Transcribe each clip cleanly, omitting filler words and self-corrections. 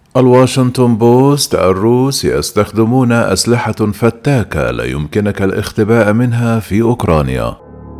الواشنطن بوست: الروس يستخدمون أسلحة فتاكة لا يمكنك الاختباء منها في أوكرانيا.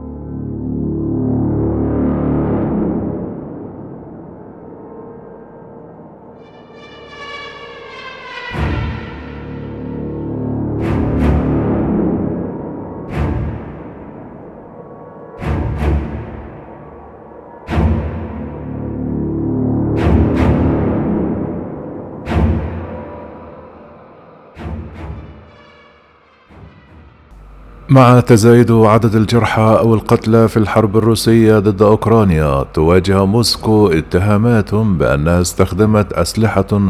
مع تزايد عدد الجرحى أو القتلى في الحرب الروسية ضد أوكرانيا، تواجه موسكو اتهامات بأنها استخدمت أسلحة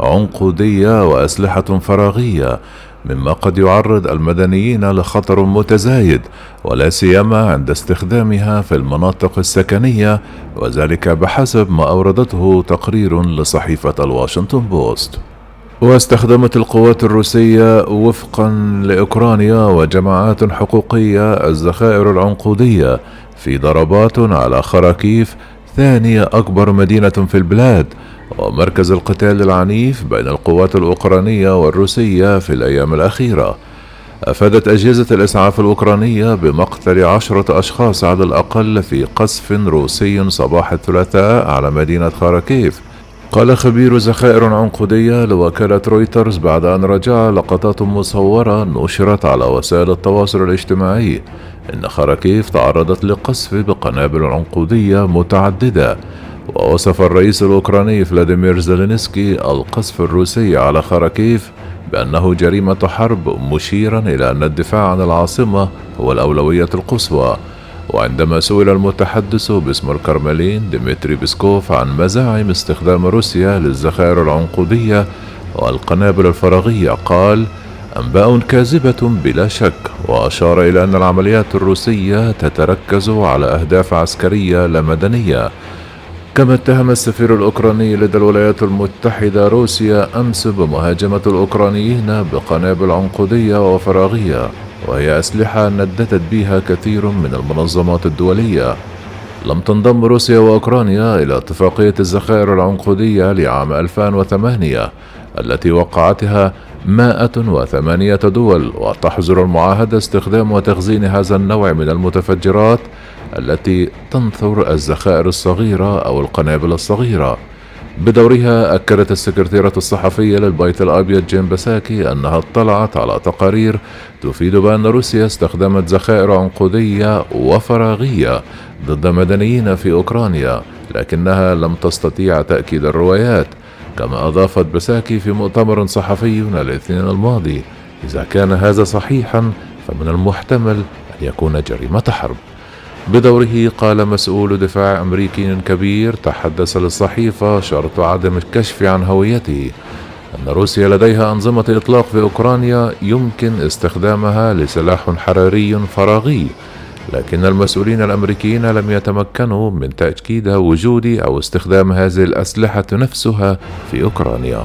عنقودية وأسلحة فراغية، مما قد يعرض المدنيين لخطر متزايد، ولا سيما عند استخدامها في المناطق السكنية، وذلك بحسب ما أوردته تقرير لصحيفة الواشنطن بوست. واستخدمت القوات الروسية وفقا لأوكرانيا وجماعات حقوقية الذخائر العنقودية في ضربات على خراكيف، ثاني أكبر مدينة في البلاد ومركز القتال العنيف بين القوات الأوكرانية والروسية في الأيام الأخيرة. أفادت أجهزة الإسعاف الأوكرانية بمقتل 10 أشخاص على الأقل في قصف روسي صباح الثلاثاء على مدينة خراكيف. قال خبير ذخائر عنقودية لوكالة رويترز بعد أن رجع لقطات مصورة نشرت على وسائل التواصل الاجتماعي إن خراكيف تعرضت لقصف بقنابل عنقودية متعددة. ووصف الرئيس الأوكراني فلاديمير زيلينسكي القصف الروسي على خراكيف بأنه جريمة حرب، مشيرا إلى أن الدفاع عن العاصمة هو الأولوية القصوى. وعندما سئل المتحدث باسم الكرملين ديمتري بيسكوف عن مزاعم استخدام روسيا للذخائر العنقودية والقنابل الفراغية، قال: أنباء كاذبة بلا شك، وأشار إلى أن العمليات الروسية تتركز على أهداف عسكرية لا مدنية. كما اتهم السفير الأوكراني لدى الولايات المتحدة روسيا أمس بمهاجمة الأوكرانيين بقنابل عنقودية وفراغية، وهي أسلحة نددت بها كثير من المنظمات الدولية. لم تنضم روسيا وأوكرانيا إلى اتفاقية الذخائر العنقودية لعام 2008 التي وقعتها 108 دول، وتحظر المعاهدة استخدام وتخزين هذا النوع من المتفجرات التي تنثر الذخائر الصغيرة أو القنابل الصغيرة. بدورها أكدت السكرتيرة الصحفية للبيت الأبيض جين بساكي أنها اطلعت على تقارير تفيد بأن روسيا استخدمت ذخائر عنقودية وفراغية ضد مدنيين في أوكرانيا، لكنها لم تستطيع تأكيد الروايات. كما أضافت بساكي في مؤتمر صحفي الاثنين الماضي: إذا كان هذا صحيحا فمن المحتمل أن يكون جريمة حرب. بدوره قال مسؤول دفاع أمريكي كبير تحدث للصحيفة شرط عدم الكشف عن هويته أن روسيا لديها أنظمة إطلاق في أوكرانيا يمكن استخدامها لسلاح حراري فراغي، لكن المسؤولين الأمريكيين لم يتمكنوا من تأكيد وجود أو استخدام هذه الأسلحة نفسها في أوكرانيا.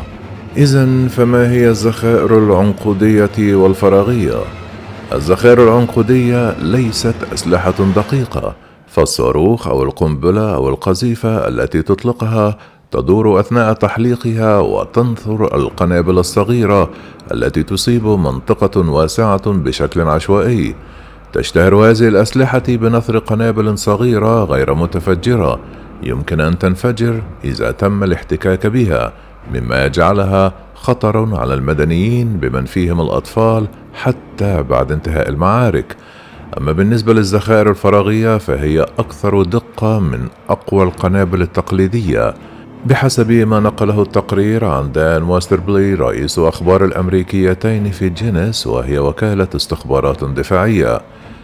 إذن فما هي الذخائر العنقودية والفراغية؟ الذخائر العنقودية ليست أسلحة دقيقة، فالصاروخ أو القنبلة أو القذيفة التي تطلقها تدور أثناء تحليقها وتنثر القنابل الصغيرة التي تصيب منطقة واسعة بشكل عشوائي. تشتهر هذه الأسلحة بنثر قنابل صغيرة غير متفجرة يمكن أن تنفجر إذا تم الاحتكاك بها، مما يجعلها خطر على المدنيين بمن فيهم الأطفال حتى بعد انتهاء المعارك. أما بالنسبة للذخائر الفراغية فهي أكثر دقة من أقوى القنابل التقليدية، بحسب ما نقله التقرير عن دان واستربلي رئيس أخبار الأمريكيتين في جينيس، وهي وكالة استخبارات دفاعية.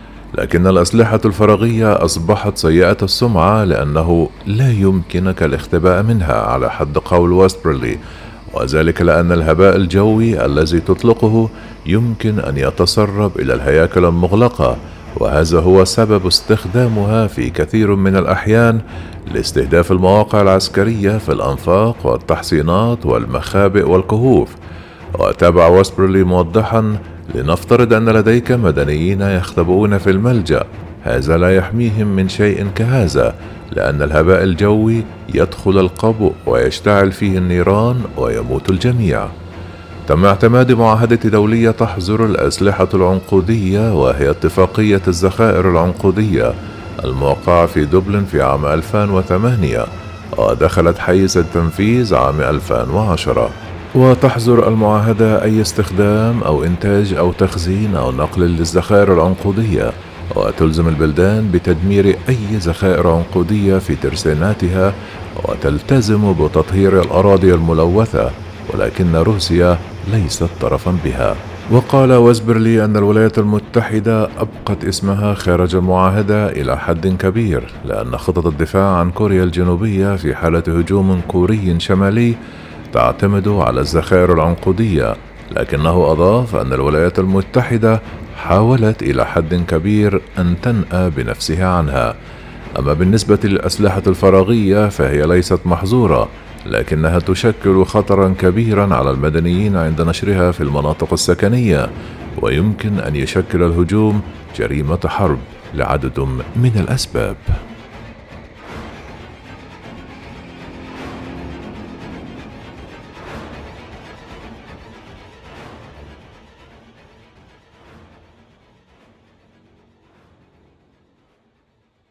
لكن الأسلحة الفراغية أصبحت سيئة السمعة لأنه لا يمكنك الاختباء منها على حد قول واستربلي، وذلك لأن الهباء الجوي الذي تطلقه يمكن أن يتسرب إلى الهياكل المغلقة، وهذا هو سبب استخدامها في كثير من الأحيان لاستهداف المواقع العسكرية في الأنفاق والتحصينات والمخابئ والكهوف. وتابع واسبرلي موضحا: لنفترض أن لديك مدنيين يختبئون في الملجأ، هذا لا يحميهم من شيء كهذا، لأن الهباء الجوي يدخل القبو ويشتعل فيه النيران ويموت الجميع. تم اعتماد معاهدة دولية تحظر الأسلحة العنقودية، وهي اتفاقية الذخائر العنقودية الموقعة في دبلن في عام 2008، ودخلت حيز التنفيذ عام 2010. وتحظر المعاهدة أي استخدام أو إنتاج أو تخزين أو نقل للذخائر العنقودية، وتلزم البلدان بتدمير أي ذخائر عنقودية في ترساناتها، وتلتزم بتطهير الأراضي الملوثة، ولكن روسيا ليست طرفا بها. وقال وزبرلي أن الولايات المتحدة أبقت اسمها خارج المعاهدة إلى حد كبير، لأن خطط الدفاع عن كوريا الجنوبية في حالة هجوم كوري شمالي تعتمد على الذخائر العنقودية، لكنه أضاف أن الولايات المتحدة حاولت إلى حد كبير أن تنأى بنفسها عنها. أما بالنسبة للأسلحة الفراغية فهي ليست محظورة، لكنها تشكل خطرا كبيرا على المدنيين عند نشرها في المناطق السكنية، ويمكن أن يشكل الهجوم جريمة حرب لعدد من الأسباب.